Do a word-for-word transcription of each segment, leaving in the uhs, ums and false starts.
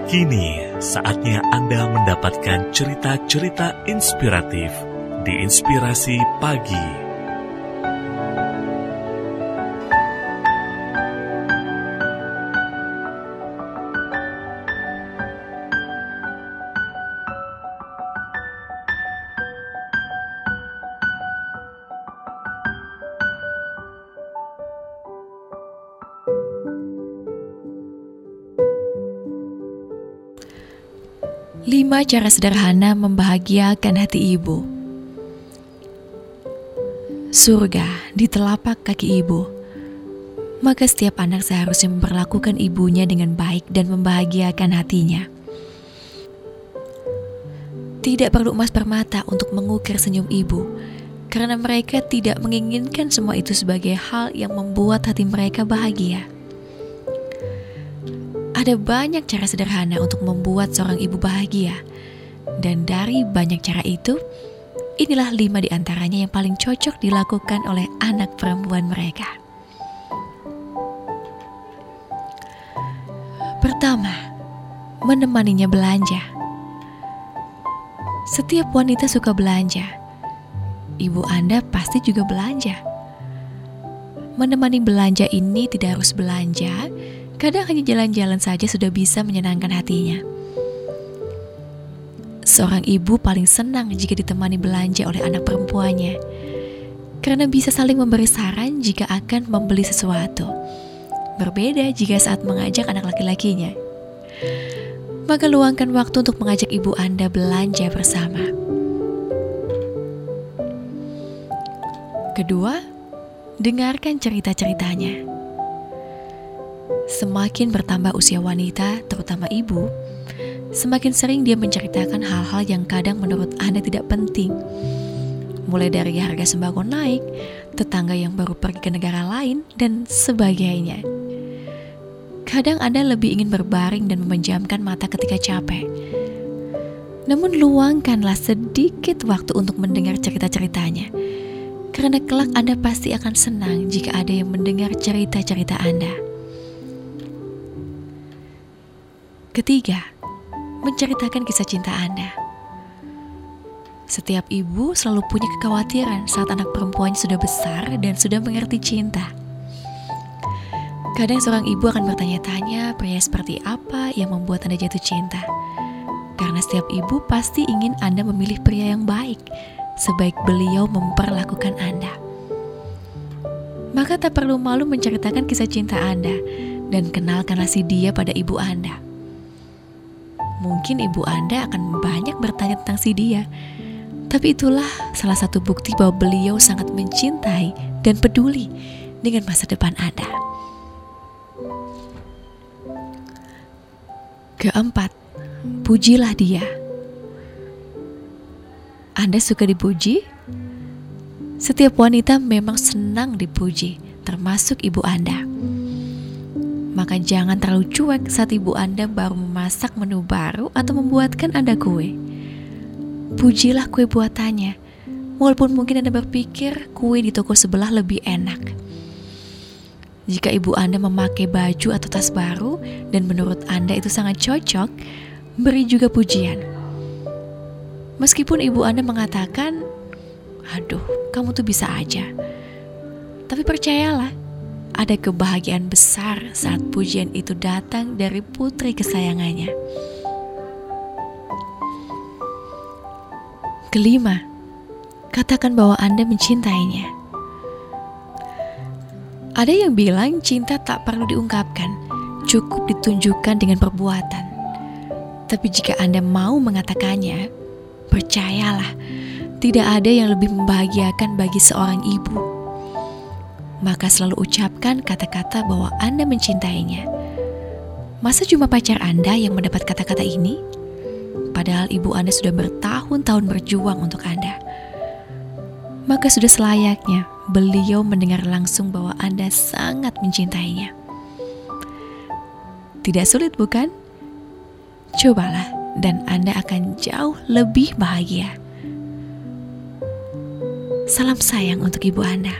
Kini saatnya Anda mendapatkan cerita-cerita inspiratif di Inspirasi Pagi. Lima cara sederhana membahagiakan hati ibu. Surga di telapak kaki ibu. Maka setiap anak seharusnya memperlakukan ibunya dengan baik dan membahagiakan hatinya. Tidak perlu emas permata untuk mengukir senyum ibu, karena mereka tidak menginginkan semua itu sebagai hal yang membuat hati mereka bahagia. Ada banyak cara sederhana untuk membuat seorang ibu bahagia. Dan dari banyak cara itu, inilah lima di antaranya yang paling cocok dilakukan oleh anak perempuan mereka. Pertama, menemaninya belanja. Setiap wanita suka belanja. Ibu Anda pasti juga belanja. Menemani belanja ini tidak harus belanja. Kadang hanya jalan-jalan saja sudah bisa menyenangkan hatinya. Seorang ibu paling senang jika ditemani belanja oleh anak perempuannya, karena bisa saling memberi saran jika akan membeli sesuatu. Berbeda jika saat mengajak anak laki-lakinya. Maka luangkan waktu untuk mengajak ibu Anda belanja bersama. Kedua, dengarkan cerita-ceritanya. Semakin bertambah usia wanita, terutama ibu, semakin sering dia menceritakan hal-hal yang kadang menurut Anda tidak penting. Mulai dari harga sembako naik, tetangga yang baru pergi ke negara lain, dan sebagainya. Kadang Anda lebih ingin berbaring dan memejamkan mata ketika capek. Namun luangkanlah sedikit waktu untuk mendengar cerita-ceritanya. Karena kelak Anda pasti akan senang jika ada yang mendengar cerita-cerita Anda. Ketiga, menceritakan kisah cinta Anda. Setiap ibu selalu punya kekhawatiran saat anak perempuannya sudah besar dan sudah mengerti cinta. Kadang seorang ibu akan bertanya-tanya pria seperti apa yang membuat Anda jatuh cinta. Karena setiap ibu pasti ingin Anda memilih pria yang baik, sebaik beliau memperlakukan Anda. Maka tak perlu malu menceritakan kisah cinta Anda, dan kenalkanlah si dia pada ibu Anda. Mungkin ibu Anda akan banyak bertanya tentang si dia, tapi itulah salah satu bukti bahwa beliau sangat mencintai dan peduli dengan masa depan Anda. Keempat, pujilah dia. Anda suka dipuji? Setiap wanita memang senang dipuji, termasuk ibu Anda. Maka jangan terlalu cuek saat ibu Anda baru memasak menu baru atau membuatkan Anda kue. Pujilah kue buatannya, walaupun mungkin Anda berpikir kue di toko sebelah lebih enak. Jika ibu Anda memakai baju atau tas baru dan menurut Anda itu sangat cocok, beri juga pujian. Meskipun ibu Anda mengatakan, "Aduh, kamu tuh bisa aja." Tapi percayalah, ada kebahagiaan besar saat pujian itu datang dari putri kesayangannya. Kelima, katakan bahwa Anda mencintainya. Ada yang bilang cinta tak perlu diungkapkan, cukup ditunjukkan dengan perbuatan. Tapi jika Anda mau mengatakannya, percayalah, tidak ada yang lebih membahagiakan bagi seorang ibu. Maka selalu ucapkan kata-kata bahwa Anda mencintainya. Masa cuma pacar Anda yang mendapat kata-kata ini? Padahal ibu Anda sudah bertahun-tahun berjuang untuk Anda. Maka sudah selayaknya beliau mendengar langsung bahwa Anda sangat mencintainya. Tidak sulit bukan? Cobalah dan Anda akan jauh lebih bahagia. Salam sayang untuk ibu Anda.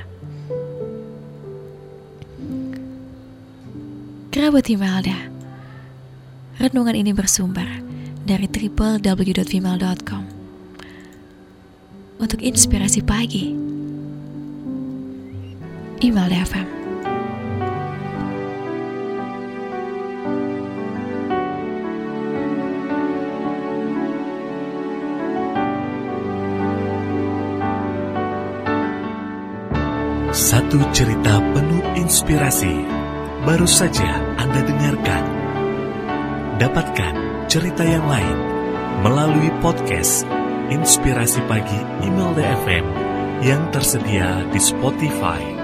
Kerabat Imelda, Renungan ini bersumber dari w w w dot female dot com. Untuk inspirasi pagi, Imelda F M. Satu cerita penuh inspirasi baru saja Anda dengarkan. Dapatkan cerita yang lain melalui podcast Inspirasi Pagi Imelda F M yang tersedia di Spotify.